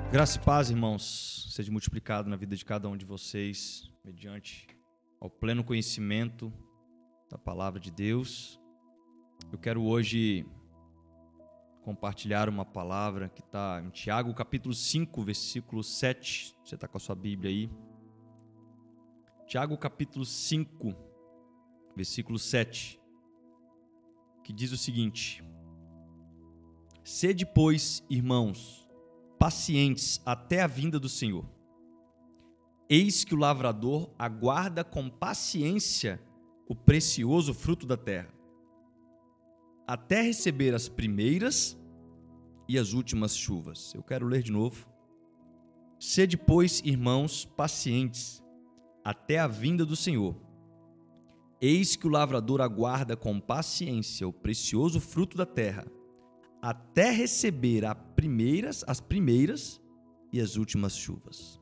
Graça e paz, irmãos, seja multiplicado na vida de cada um de vocês, mediante ao pleno conhecimento da palavra de Deus. Eu quero hoje compartilhar uma palavra que está em Tiago, capítulo 5, versículo 7. Você está com a sua Bíblia aí? Tiago, capítulo 5, versículo 7, que diz o seguinte: Sede, pois, irmãos, pacientes até a vinda do Senhor. Eis que o lavrador aguarda com paciência o precioso fruto da terra, até receber as primeiras e as últimas chuvas. Eu quero ler de novo. Sede, pois, irmãos, pacientes até a vinda do Senhor. Eis que o lavrador aguarda com paciência o precioso fruto da terra, até receber as primeiras e as últimas chuvas.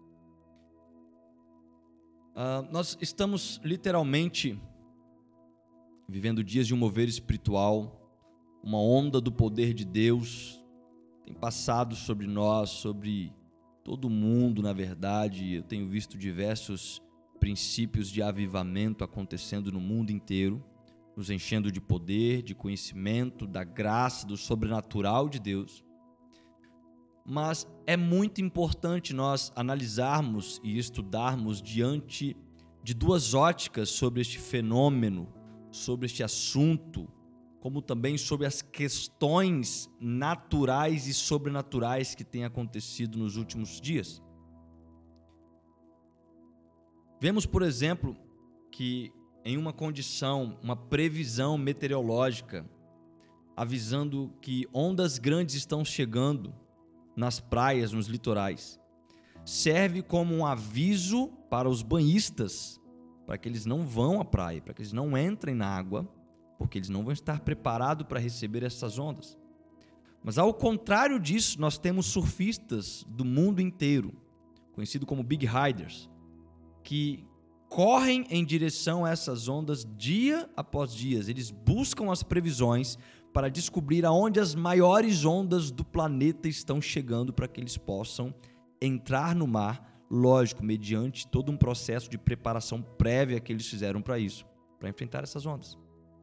Nós estamos literalmente vivendo dias de um mover espiritual, uma onda do poder de Deus tem passado sobre nós, sobre todo mundo, na verdade. Eu tenho visto diversos princípios de avivamento acontecendo no mundo inteiro, nos enchendo de poder, de conhecimento, da graça, do sobrenatural de Deus. Mas é muito importante nós analisarmos e estudarmos diante de duas óticas sobre este fenômeno, sobre este assunto, como também sobre as questões naturais e sobrenaturais que têm acontecido nos últimos dias. Vemos, por exemplo, que em uma condição, uma previsão meteorológica, avisando que ondas grandes estão chegando nas praias, nos litorais, serve como um aviso para os banhistas, para que eles não vão à praia, para que eles não entrem na água, porque eles não vão estar preparados para receber essas ondas. Mas ao contrário disso, nós temos surfistas do mundo inteiro, conhecido como Big Riders, que correm em direção a essas ondas dia após dia. Eles buscam as previsões para descobrir aonde as maiores ondas do planeta estão chegando, para que eles possam entrar no mar, lógico, mediante todo um processo de preparação prévia que eles fizeram para isso, para enfrentar essas ondas.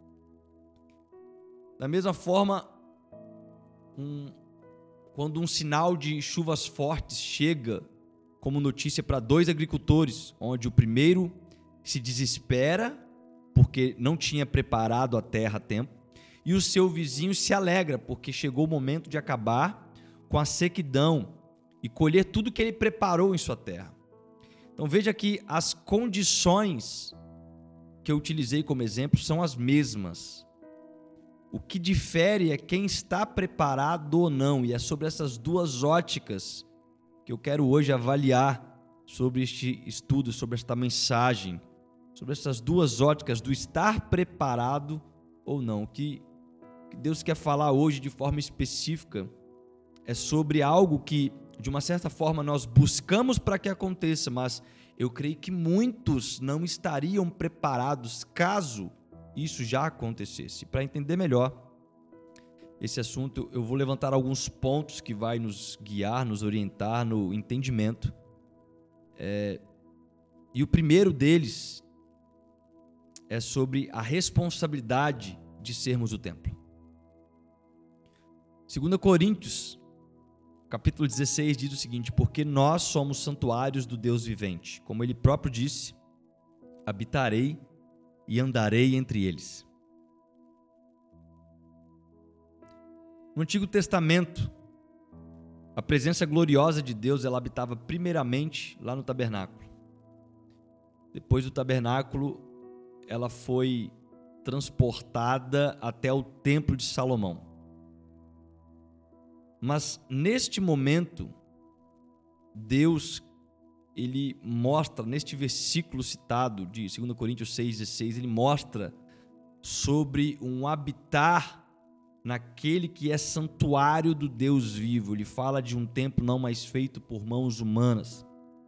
Da mesma forma, quando um sinal de chuvas fortes chega como notícia para dois agricultores, onde o primeiro se desespera porque não tinha preparado a terra a tempo, e o seu vizinho se alegra porque chegou o momento de acabar com a sequidão e colher tudo que ele preparou em sua terra. Então veja que as condições que eu utilizei como exemplo são as mesmas. O que difere é quem está preparado ou não, e é sobre essas duas óticas que eu quero hoje avaliar sobre este estudo, sobre esta mensagem, sobre essas duas óticas do estar preparado ou não. O que Deus quer falar hoje de forma específica é sobre algo que, de uma certa forma, nós buscamos para que aconteça, mas eu creio que muitos não estariam preparados caso isso já acontecesse. Para entender melhor esse assunto, eu vou levantar alguns pontos que vai nos guiar, nos orientar no entendimento. E o primeiro deles é sobre a responsabilidade de sermos o templo. 2 Coríntios, capítulo 16, diz o seguinte: porque nós somos santuários do Deus vivente. Como ele próprio disse, habitarei e andarei entre eles. No Antigo Testamento, a presença gloriosa de Deus, ela habitava primeiramente lá no tabernáculo. Depois do tabernáculo, ela foi transportada até o Templo de Salomão. Mas neste momento, Deus, ele mostra, neste versículo citado de 2 Coríntios 6,16, ele mostra sobre um habitar naquele que é santuário do Deus vivo. Ele fala de um templo não mais feito por mãos humanas.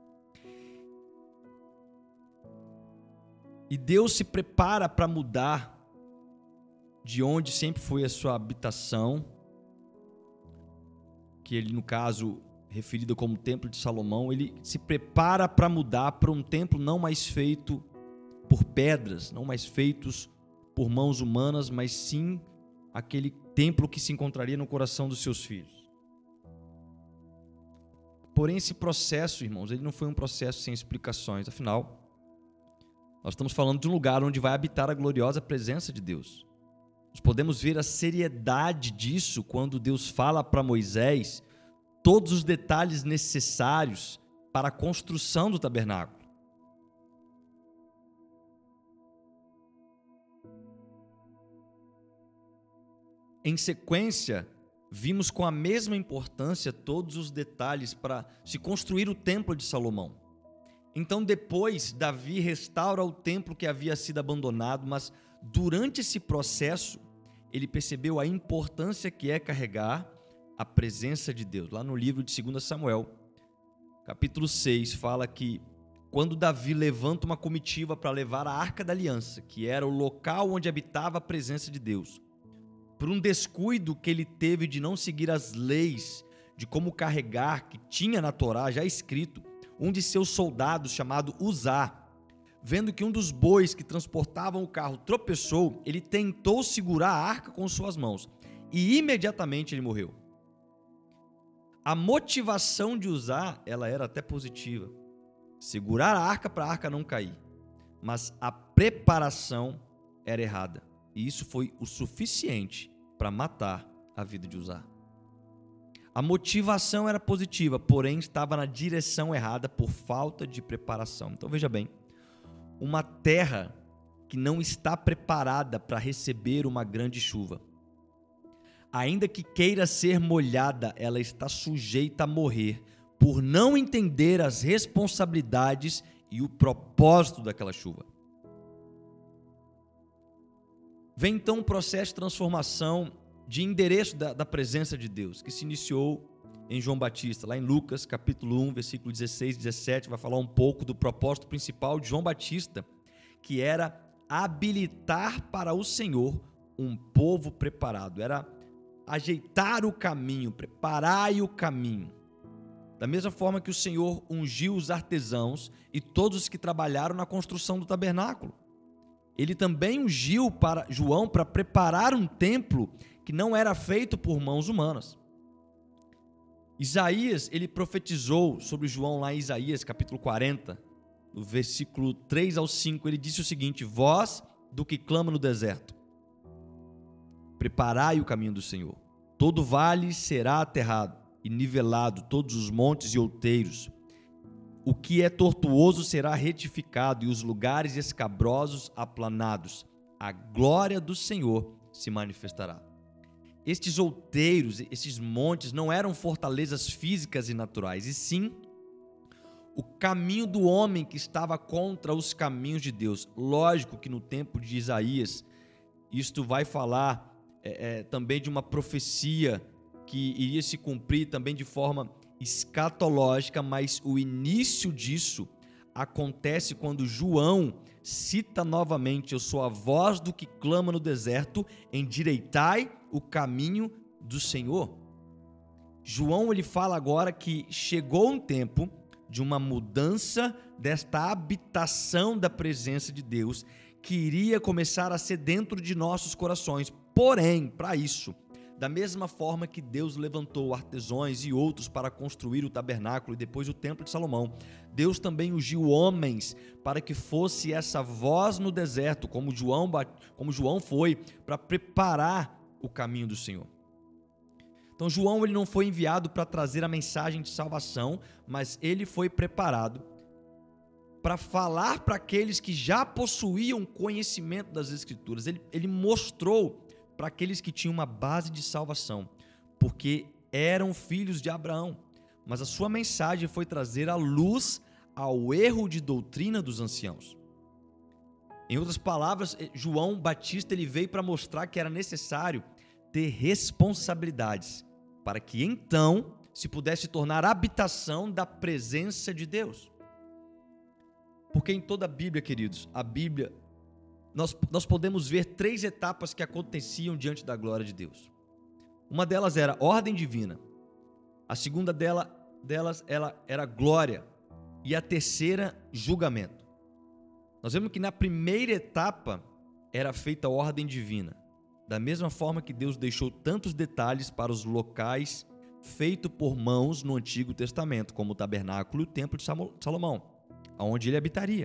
E Deus se prepara para mudar de onde sempre foi a sua habitação, que ele, no caso, referida como Templo de Salomão, ele se prepara para mudar para um templo não mais feito por pedras, não mais feitos por mãos humanas, mas sim aquele templo que se encontraria no coração dos seus filhos. Porém, esse processo, irmãos, ele não foi um processo sem explicações. Afinal, nós estamos falando de um lugar onde vai habitar a gloriosa presença de Deus. Nós podemos ver a seriedade disso quando Deus fala para Moisés todos os detalhes necessários para a construção do tabernáculo. Em sequência, vimos com a mesma importância todos os detalhes para se construir o templo de Salomão. Então depois, Davi restaura o templo que havia sido abandonado, mas durante esse processo, ele percebeu a importância que é carregar a presença de Deus. Lá no livro de 2 Samuel, capítulo 6, fala que quando Davi levanta uma comitiva para levar a Arca da Aliança, que era o local onde habitava a presença de Deus, por um descuido que ele teve de não seguir as leis de como carregar, que tinha na Torá já escrito, um de seus soldados, chamado Uzá, vendo que um dos bois que transportavam o carro tropeçou, ele tentou segurar a arca com suas mãos e imediatamente ele morreu. A motivação de Uzá, ela era até positiva, segurar a arca para a arca não cair, mas a preparação era errada. E isso foi o suficiente para matar a vida de Uzá. A motivação era positiva, porém estava na direção errada por falta de preparação. Então veja bem, uma terra que não está preparada para receber uma grande chuva, ainda que queira ser molhada, ela está sujeita a morrer por não entender as responsabilidades e o propósito daquela chuva. Vem então um processo de transformação de endereço da presença de Deus, que se iniciou em João Batista. Lá em Lucas, capítulo 1, versículo 16 e 17, vai falar um pouco do propósito principal de João Batista, que era habilitar para o Senhor um povo preparado. Era ajeitar o caminho, preparar o caminho. Da mesma forma que o Senhor ungiu os artesãos e todos os que trabalharam na construção do tabernáculo. Ele também ungiu para João para preparar um templo que não era feito por mãos humanas. Isaías, ele profetizou sobre João lá em Isaías, capítulo 40, no versículo 3 ao 5, ele disse o seguinte: voz do que clama no deserto, preparai o caminho do Senhor. Todo vale será aterrado e nivelado, todos os montes e outeiros. O que é tortuoso será retificado e os lugares escabrosos aplanados. A glória do Senhor se manifestará. Estes outeiros, esses montes, não eram fortalezas físicas e naturais, e sim o caminho do homem que estava contra os caminhos de Deus. Lógico que no tempo de Isaías, isto vai falar também de uma profecia que iria se cumprir também de forma escatológica, mas o início disso acontece quando João cita novamente: eu sou a voz do que clama no deserto, endireitai o caminho do Senhor. João, ele fala agora que chegou um tempo de uma mudança desta habitação da presença de Deus, que iria começar a ser dentro de nossos corações. Porém, para isso, da mesma forma que Deus levantou artesãos e outros para construir o tabernáculo e depois o templo de Salomão, Deus também ungiu homens para que fosse essa voz no deserto, como João foi, para preparar o caminho do Senhor. Então João, ele não foi enviado para trazer a mensagem de salvação, mas ele foi preparado para falar para aqueles que já possuíam conhecimento das Escrituras. Ele mostrou para aqueles que tinham uma base de salvação, porque eram filhos de Abraão, mas a sua mensagem foi trazer a luz ao erro de doutrina dos anciãos. Em outras palavras, João Batista, ele veio para mostrar que era necessário ter responsabilidades, para que então se pudesse tornar habitação da presença de Deus. Porque em toda a Bíblia, queridos, a Bíblia, nós podemos ver 3 etapas que aconteciam diante da glória de Deus. Uma delas era ordem divina. A segunda dela delas ela era glória e a terceira, julgamento. Nós vemos que na primeira etapa era feita a ordem divina, da mesma forma que Deus deixou tantos detalhes para os locais feitos por mãos no Antigo Testamento, como o tabernáculo e o templo de Salomão, onde ele habitaria.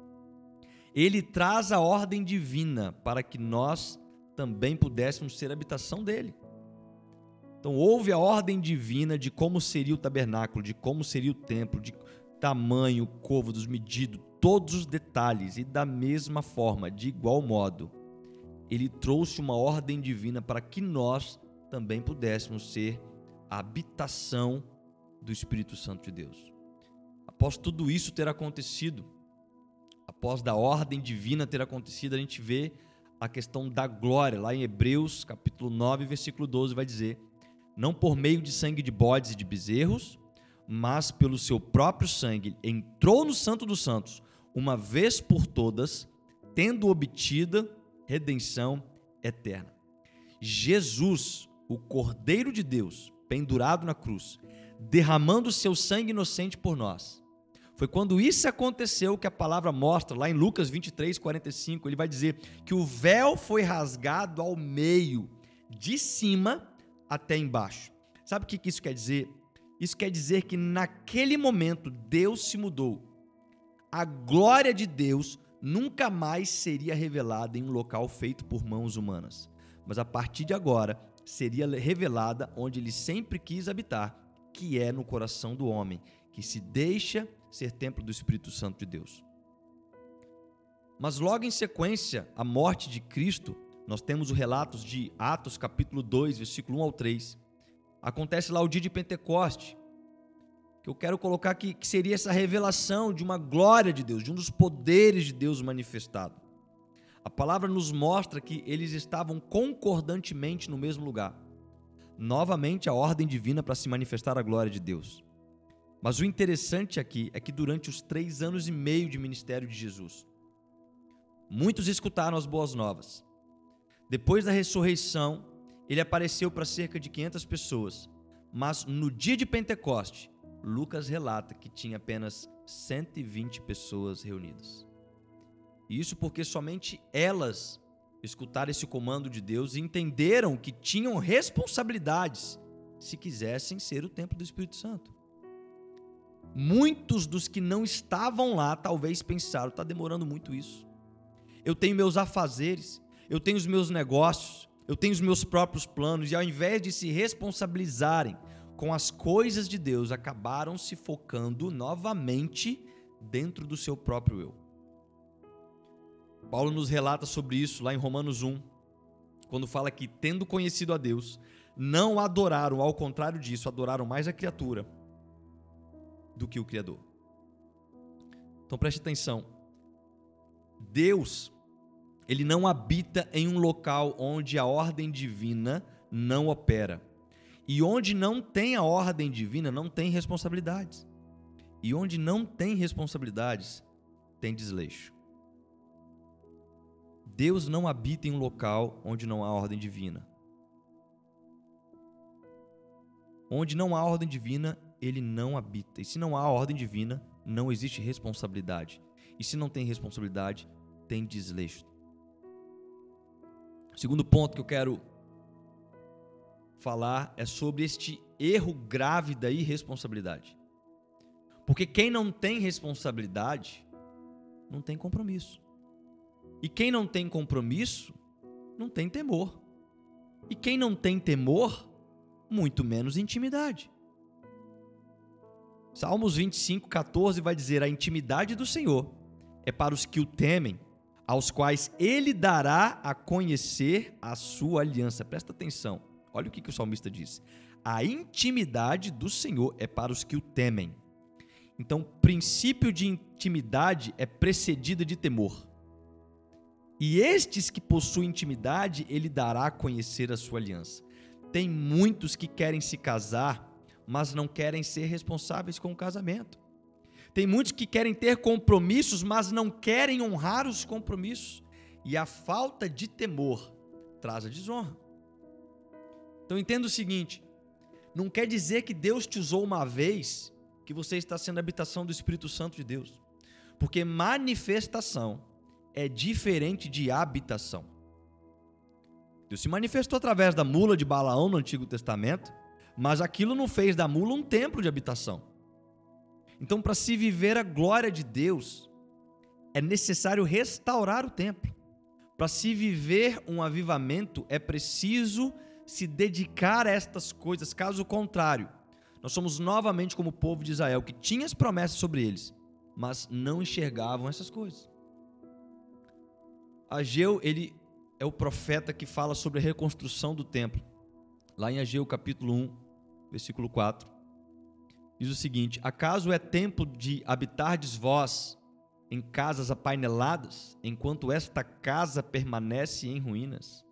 Ele traz a ordem divina para que nós também pudéssemos ser habitação dele. Então houve a ordem divina de como seria o tabernáculo, de como seria o templo, de tamanho, côvados, medido, todos os detalhes, e da mesma forma, de igual modo, ele trouxe uma ordem divina para que nós também pudéssemos ser a habitação do Espírito Santo de Deus. Após tudo isso ter acontecido, após da ordem divina ter acontecido, a gente vê a questão da glória. Lá em Hebreus, capítulo 9, versículo 12, vai dizer: não por meio de sangue de bodes e de bezerros, mas pelo seu próprio sangue, entrou no Santo dos Santos, uma vez por todas, tendo obtida redenção eterna. Jesus, o Cordeiro de Deus, pendurado na cruz, derramando seu sangue inocente por nós. Foi quando isso aconteceu que a palavra mostra, lá em Lucas 23, 45, ele vai dizer que o véu foi rasgado ao meio, de cima até embaixo. Sabe o que isso quer dizer? Isso quer dizer que naquele momento Deus se mudou. A glória de Deus nunca mais seria revelada em um local feito por mãos humanas, mas a partir de agora seria revelada onde ele sempre quis habitar, que é no coração do homem, que se deixa ser templo do Espírito Santo de Deus. Mas logo em sequência à morte de Cristo, nós temos os relatos de Atos capítulo 2, versículo 1 ao 3. Acontece lá o dia de Pentecoste, que eu quero colocar aqui, que seria essa revelação de uma glória de Deus, de um dos poderes de Deus manifestado. A palavra nos mostra que eles estavam concordantemente no mesmo lugar. Novamente a ordem divina para se manifestar a glória de Deus. Mas o interessante aqui é que durante os 3 anos e meio de ministério de Jesus, muitos escutaram as boas novas. Depois da ressurreição, ele apareceu para cerca de 500 pessoas, mas no dia de Pentecoste, Lucas relata que tinha apenas 120 pessoas reunidas. Isso porque somente elas escutaram esse comando de Deus e entenderam que tinham responsabilidades se quisessem ser o templo do Espírito Santo. Muitos dos que não estavam lá talvez pensaram: está demorando muito isso. Eu tenho meus afazeres, eu tenho os meus negócios, eu tenho os meus próprios planos, e ao invés de se responsabilizarem com as coisas de Deus, acabaram se focando novamente dentro do seu próprio eu. Paulo nos relata sobre isso lá em Romanos 1, quando fala que, tendo conhecido a Deus, não adoraram, ao contrário disso, adoraram mais a criatura do que o Criador. Então preste atenção, Deus, ele não habita em um local onde a ordem divina não opera. E onde não tem a ordem divina, não tem responsabilidades. E onde não tem responsabilidades, tem desleixo. Deus não habita em um local onde não há ordem divina. Onde não há ordem divina, ele não habita. E se não há ordem divina, não existe responsabilidade. E se não tem responsabilidade, tem desleixo. O segundo ponto que eu quero falar é sobre este erro grave da irresponsabilidade. Porque quem não tem responsabilidade, não tem compromisso. E quem não tem compromisso, não tem temor. E quem não tem temor, muito menos intimidade. Salmos 25, 14 vai dizer: a intimidade do Senhor é para os que o temem, aos quais Ele dará a conhecer a sua aliança. Presta atenção, olha o que o salmista diz: a intimidade do Senhor é para os que o temem. Então, o princípio de intimidade é precedida de temor. E estes que possuem intimidade, Ele dará a conhecer a sua aliança. Tem muitos que querem se casar, mas não querem ser responsáveis com o casamento. Tem muitos que querem ter compromissos, mas não querem honrar os compromissos. E a falta de temor traz a desonra. Então entenda o seguinte: Não quer dizer que Deus te usou uma vez que você está sendo a habitação do Espírito Santo de Deus. Porque manifestação é diferente de habitação. Deus se manifestou através da mula de Balaão no Antigo Testamento, mas aquilo não fez da mula um templo de habitação. Então, para se viver a glória de Deus, é necessário restaurar o templo. Para se viver um avivamento, é preciso se dedicar a estas coisas. Caso contrário, nós somos novamente como o povo de Israel, que tinha as promessas sobre eles, mas não enxergavam essas coisas. Ageu, ele é o profeta que fala sobre a reconstrução do templo. Lá em Ageu capítulo 1, versículo 4, diz o seguinte: acaso é tempo de habitardes vós em casas apaineladas, enquanto esta casa permanece em ruínas?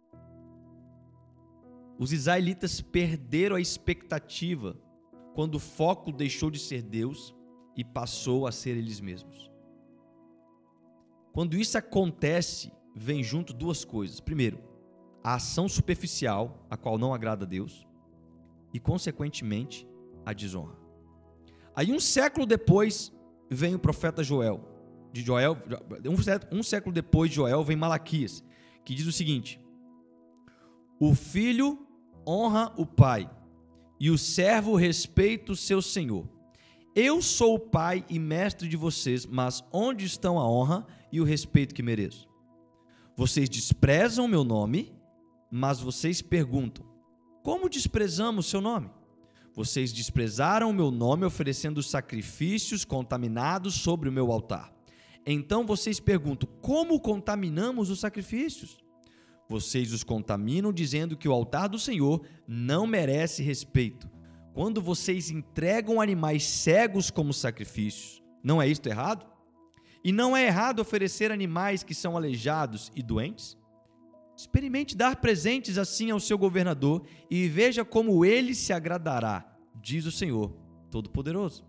Os israelitas perderam a expectativa quando o foco deixou de ser Deus e passou a ser eles mesmos. Quando isso acontece, vem junto duas coisas. Primeiro, a ação superficial, a qual não agrada a Deus, e, consequentemente, a desonra. Aí, um século depois, vem o profeta Joel. Um século depois de Joel, vem Malaquias, que diz o seguinte: o filho honra o pai, e o servo respeita o seu senhor. Eu sou o pai e mestre de vocês, mas onde estão a honra e o respeito que mereço? Vocês desprezam o meu nome, mas vocês perguntam: como desprezamos o seu nome? Vocês desprezaram o meu nome oferecendo sacrifícios contaminados sobre o meu altar. Então vocês perguntam: como contaminamos os sacrifícios? Vocês os contaminam dizendo que o altar do Senhor não merece respeito. Quando vocês entregam animais cegos como sacrifícios, não é isto errado? E não é errado oferecer animais que são aleijados e doentes? Experimente dar presentes assim ao seu governador e veja como ele se agradará, diz o Senhor Todo-Poderoso.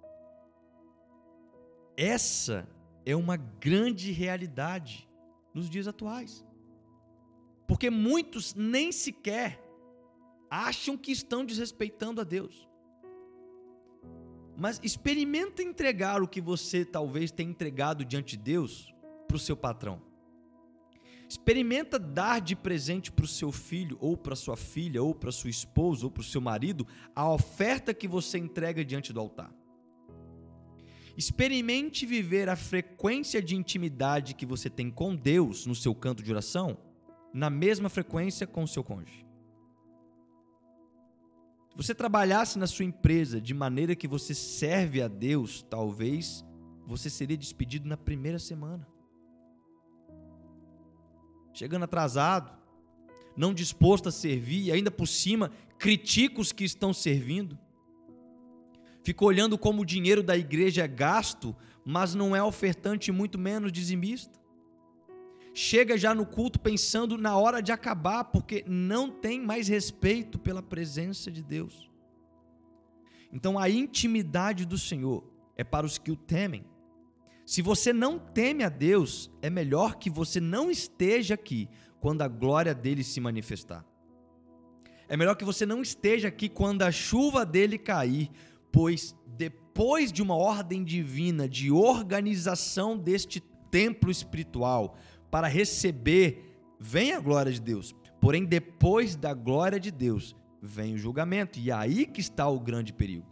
Essa é uma grande realidade nos dias atuais. Porque muitos nem sequer acham que estão desrespeitando a Deus. Mas experimenta entregar o que você talvez tenha entregado diante de Deus para o seu patrão. Experimenta dar de presente para o seu filho, ou para sua filha, ou para sua esposa, ou para o seu marido, a oferta que você entrega diante do altar. Experimente viver a frequência de intimidade que você tem com Deus no seu canto de oração, na mesma frequência com o seu cônjuge. Se você trabalhasse na sua empresa de maneira que você serve a Deus, talvez você seria despedido na primeira semana. Chegando atrasado, não disposto a servir, e ainda por cima critica os que estão servindo. Fica olhando como o dinheiro da igreja é gasto, mas não é ofertante, muito menos dizimista. Chega já no culto pensando na hora de acabar, porque não tem mais respeito pela presença de Deus. Então a intimidade do Senhor é para os que o temem. Se você não teme a Deus, é melhor que você não esteja aqui quando a glória dele se manifestar. É melhor que você não esteja aqui quando a chuva dele cair, pois depois de uma ordem divina de organização deste templo espiritual, para receber, vem a glória de Deus. Porém, depois da glória de Deus, vem o julgamento. E é aí que está o grande perigo.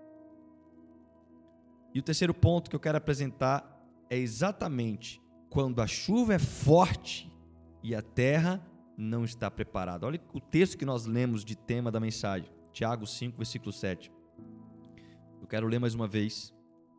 E o terceiro ponto que eu quero apresentar é exatamente quando a chuva é forte e a terra não está preparada. Olha o texto que nós lemos de tema da mensagem. Tiago 5, versículo 7. Eu quero ler mais uma vez.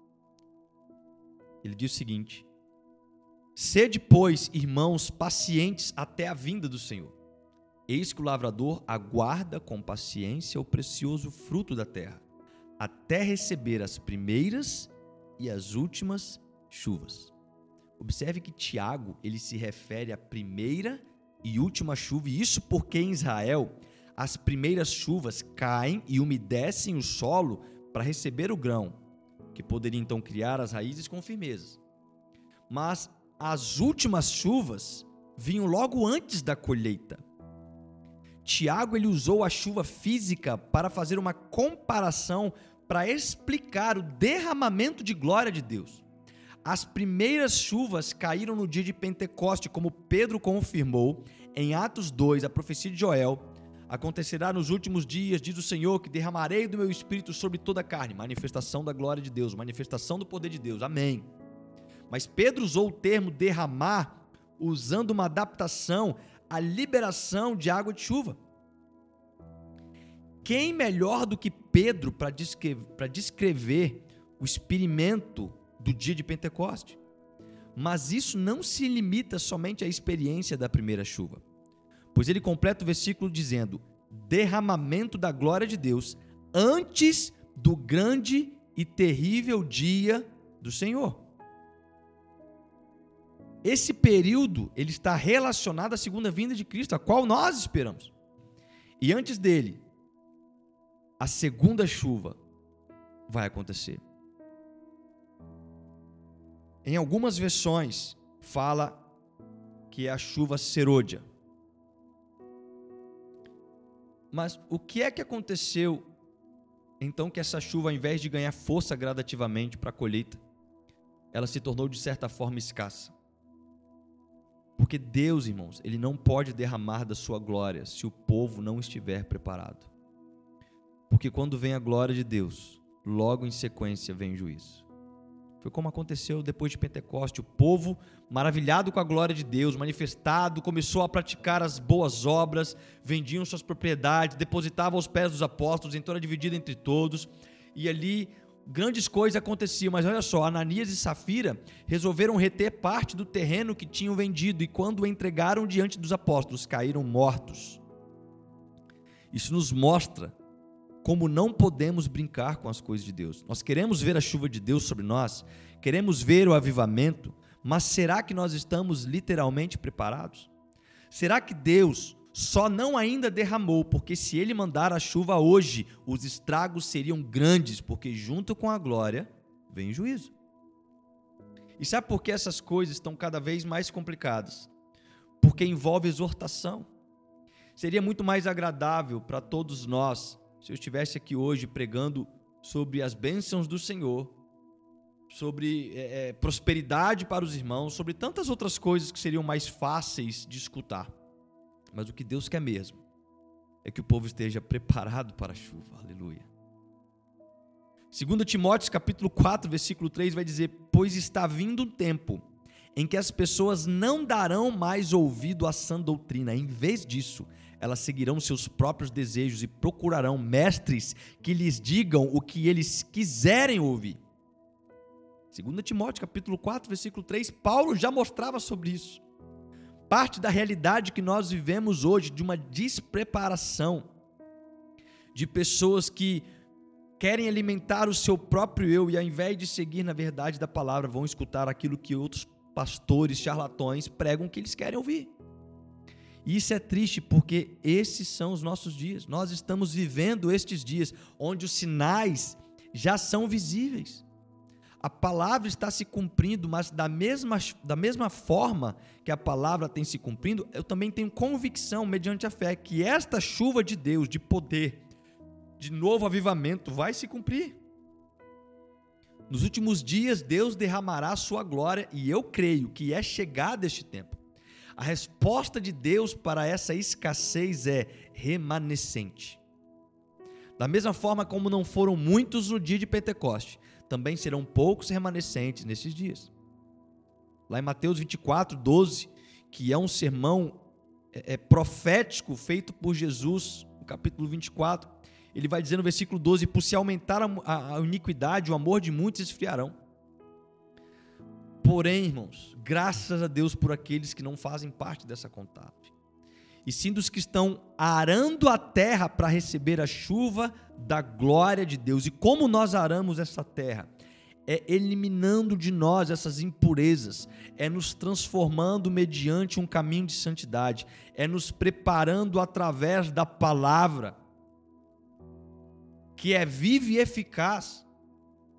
Ele diz o seguinte: sede, pois, irmãos, pacientes até a vinda do Senhor. Eis que o lavrador aguarda com paciência o precioso fruto da terra, até receber as primeiras e as últimas chuvas. Observe que Tiago, ele se refere à primeira e última chuva, e isso porque em Israel as primeiras chuvas caem e umedecem o solo para receber o grão, que poderia então criar as raízes com firmeza. Mas as últimas chuvas vinham logo antes da colheita. Tiago ele usou a chuva física para fazer uma comparação para explicar o derramamento de glória de Deus. As primeiras chuvas caíram no dia de Pentecoste, como Pedro confirmou em Atos 2, a profecia de Joel. Acontecerá nos últimos dias, diz o Senhor, que derramarei do meu espírito sobre toda a carne. Manifestação da glória de Deus, manifestação do poder de Deus. Amém. Mas Pedro usou o termo derramar, usando uma adaptação à liberação de água de chuva. Quem melhor do que Pedro para descrever o experimento do dia de Pentecoste? Mas isso não se limita somente à experiência da primeira chuva, pois ele completa o versículo dizendo: derramamento da glória de Deus antes do grande e terrível dia do Senhor. Esse período ele está relacionado à segunda vinda de Cristo, a qual nós esperamos. E antes dele, a segunda chuva vai acontecer. Em algumas versões, fala que é a chuva serôdia. Mas o que é que aconteceu, então, que essa chuva, ao invés de ganhar força gradativamente para a colheita, ela se tornou, de certa forma, escassa? Porque Deus, irmãos, Ele não pode derramar da sua glória se o povo não estiver preparado. Porque quando vem a glória de Deus, logo em sequência vem o juízo. Foi como aconteceu depois de Pentecoste. O povo, maravilhado com a glória de Deus, manifestado, começou a praticar as boas obras, vendiam suas propriedades, depositavam aos pés dos apóstolos, então era dividido entre todos, e ali grandes coisas aconteciam. Mas olha só, Ananias e Safira resolveram reter parte do terreno que tinham vendido, e quando o entregaram diante dos apóstolos, caíram mortos. Isso nos mostra como não podemos brincar com as coisas de Deus. Nós queremos ver a chuva de Deus sobre nós, queremos ver o avivamento, mas será que nós estamos literalmente preparados? Será que Deus só não ainda derramou, porque se Ele mandar a chuva hoje, os estragos seriam grandes, porque junto com a glória vem o juízo? E sabe por que essas coisas estão cada vez mais complicadas? Porque envolve exortação. Seria muito mais agradável para todos nós se eu estivesse aqui hoje pregando sobre as bênçãos do Senhor, sobre prosperidade para os irmãos, sobre tantas outras coisas que seriam mais fáceis de escutar. Mas o que Deus quer mesmo é que o povo esteja preparado para a chuva. Aleluia. 2 Timóteo capítulo 4, versículo 3 vai dizer: pois está vindo um tempo em que as pessoas não darão mais ouvido à sã doutrina. Em vez disso, elas seguirão seus próprios desejos e procurarão mestres que lhes digam o que eles quiserem ouvir. 2 Timóteo capítulo 4, versículo 3, Paulo já mostrava sobre isso. Parte da realidade que nós vivemos hoje, de uma despreparação, de pessoas que querem alimentar o seu próprio eu e, ao invés de seguir na verdade da palavra, vão escutar aquilo que outros pastores charlatões pregam que eles querem ouvir. E isso é triste, porque esses são os nossos dias. Nós estamos vivendo estes dias onde os sinais já são visíveis. A palavra está se cumprindo, mas da mesma forma que a palavra tem se cumprindo, eu também tenho convicção, mediante a fé, que esta chuva de Deus, de poder, de novo avivamento, vai se cumprir. Nos últimos dias, Deus derramará a sua glória, e eu creio que é chegado este tempo. A resposta de Deus para essa escassez é remanescente. Da mesma forma como não foram muitos no dia de Pentecoste, também serão poucos remanescentes nesses dias. Lá em Mateus 24, 12, que é um sermão profético feito por Jesus, no capítulo 24, ele vai dizer no versículo 12: por se aumentar a iniquidade, o amor de muitos esfriarão. Porém, irmãos, graças a Deus por aqueles que não fazem parte dessa contagem, e sim dos que estão arando a terra para receber a chuva da glória de Deus. E como nós aramos essa terra? É eliminando de nós essas impurezas, é nos transformando mediante um caminho de santidade, é nos preparando através da palavra, que é viva e eficaz,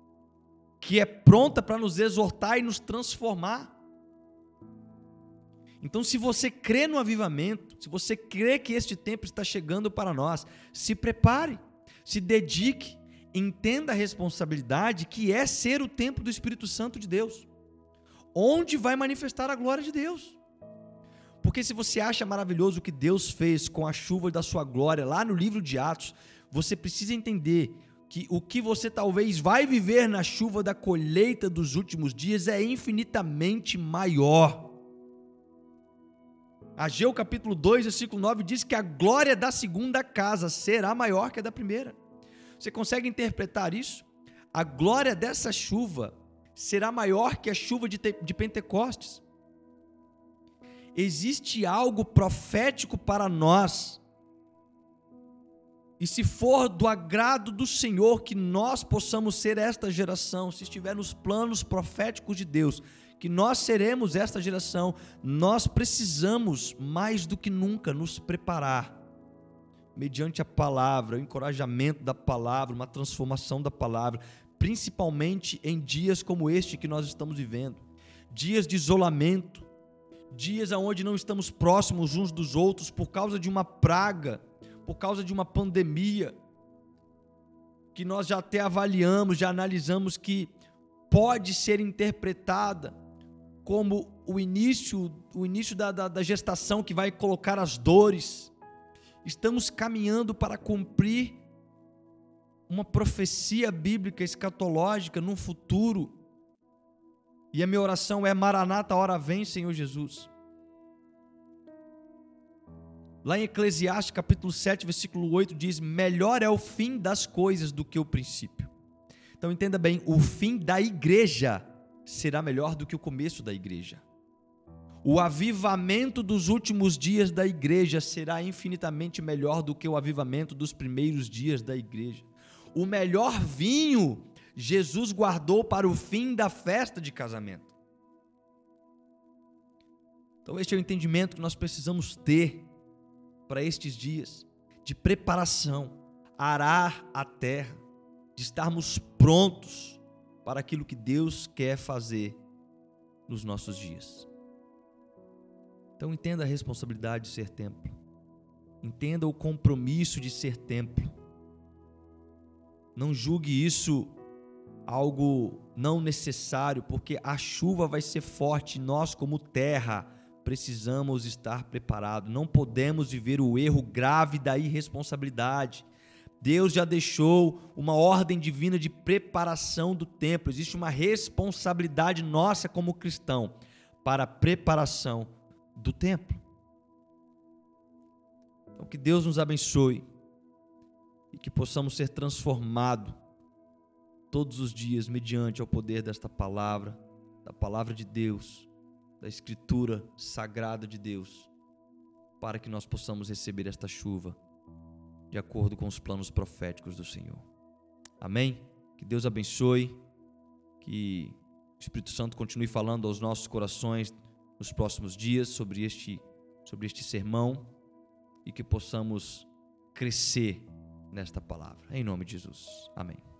que é pronta para nos exortar e nos transformar. Então, se você crê no avivamento, se você crê que este tempo está chegando para nós, se prepare, se dedique, entenda a responsabilidade que é ser o templo do Espírito Santo de Deus, onde vai manifestar a glória de Deus. Porque se você acha maravilhoso o que Deus fez com a chuva da sua glória lá no livro de Atos, você precisa entender que o que você talvez vai viver na chuva da colheita dos últimos dias é infinitamente maior. Ageu capítulo 2, versículo 9 diz que a glória da segunda casa será maior que a da primeira. Você consegue interpretar isso? A glória dessa chuva será maior que a chuva de Pentecostes. Existe algo profético para nós. E se for do agrado do Senhor que nós possamos ser esta geração, se estiver nos planos proféticos de Deus, que nós seremos esta geração, nós precisamos mais do que nunca nos preparar, mediante a palavra, o encorajamento da palavra, uma transformação da palavra, principalmente em dias como este que nós estamos vivendo, dias de isolamento, dias onde não estamos próximos uns dos outros por causa de uma praga, por causa de uma pandemia, que nós já até avaliamos, já analisamos que pode ser interpretada como o início da gestação que vai colocar as dores. Estamos caminhando para cumprir uma profecia bíblica escatológica no futuro. E a minha oração é: Maranata, a hora vem, Senhor Jesus. Lá em Eclesiastes capítulo 7, versículo 8 diz: melhor é o fim das coisas do que o princípio. Então entenda bem, o fim da igreja será melhor do que o começo da igreja. O avivamento dos últimos dias da igreja será infinitamente melhor do que o avivamento dos primeiros dias da igreja. O melhor vinho Jesus guardou para o fim da festa de casamento. Então este é o entendimento que nós precisamos ter para estes dias de preparação, arar a terra, de estarmos prontos para aquilo que Deus quer fazer nos nossos dias. Então entenda a responsabilidade de ser templo, entenda o compromisso de ser templo, não julgue isso algo não necessário, porque a chuva vai ser forte, nós como terra precisamos estar preparados, não podemos viver o erro grave da irresponsabilidade. Deus já deixou uma ordem divina de preparação do templo, existe uma responsabilidade nossa como cristão para a preparação do templo. Então que Deus nos abençoe e que possamos ser transformados todos os dias mediante o poder desta palavra, da palavra de Deus, da Escritura sagrada de Deus, para que nós possamos receber esta chuva de acordo com os planos proféticos do Senhor. Amém? Que Deus abençoe, que o Espírito Santo continue falando aos nossos corações nos próximos dias sobre este sermão e que possamos crescer nesta palavra. Em nome de Jesus. Amém.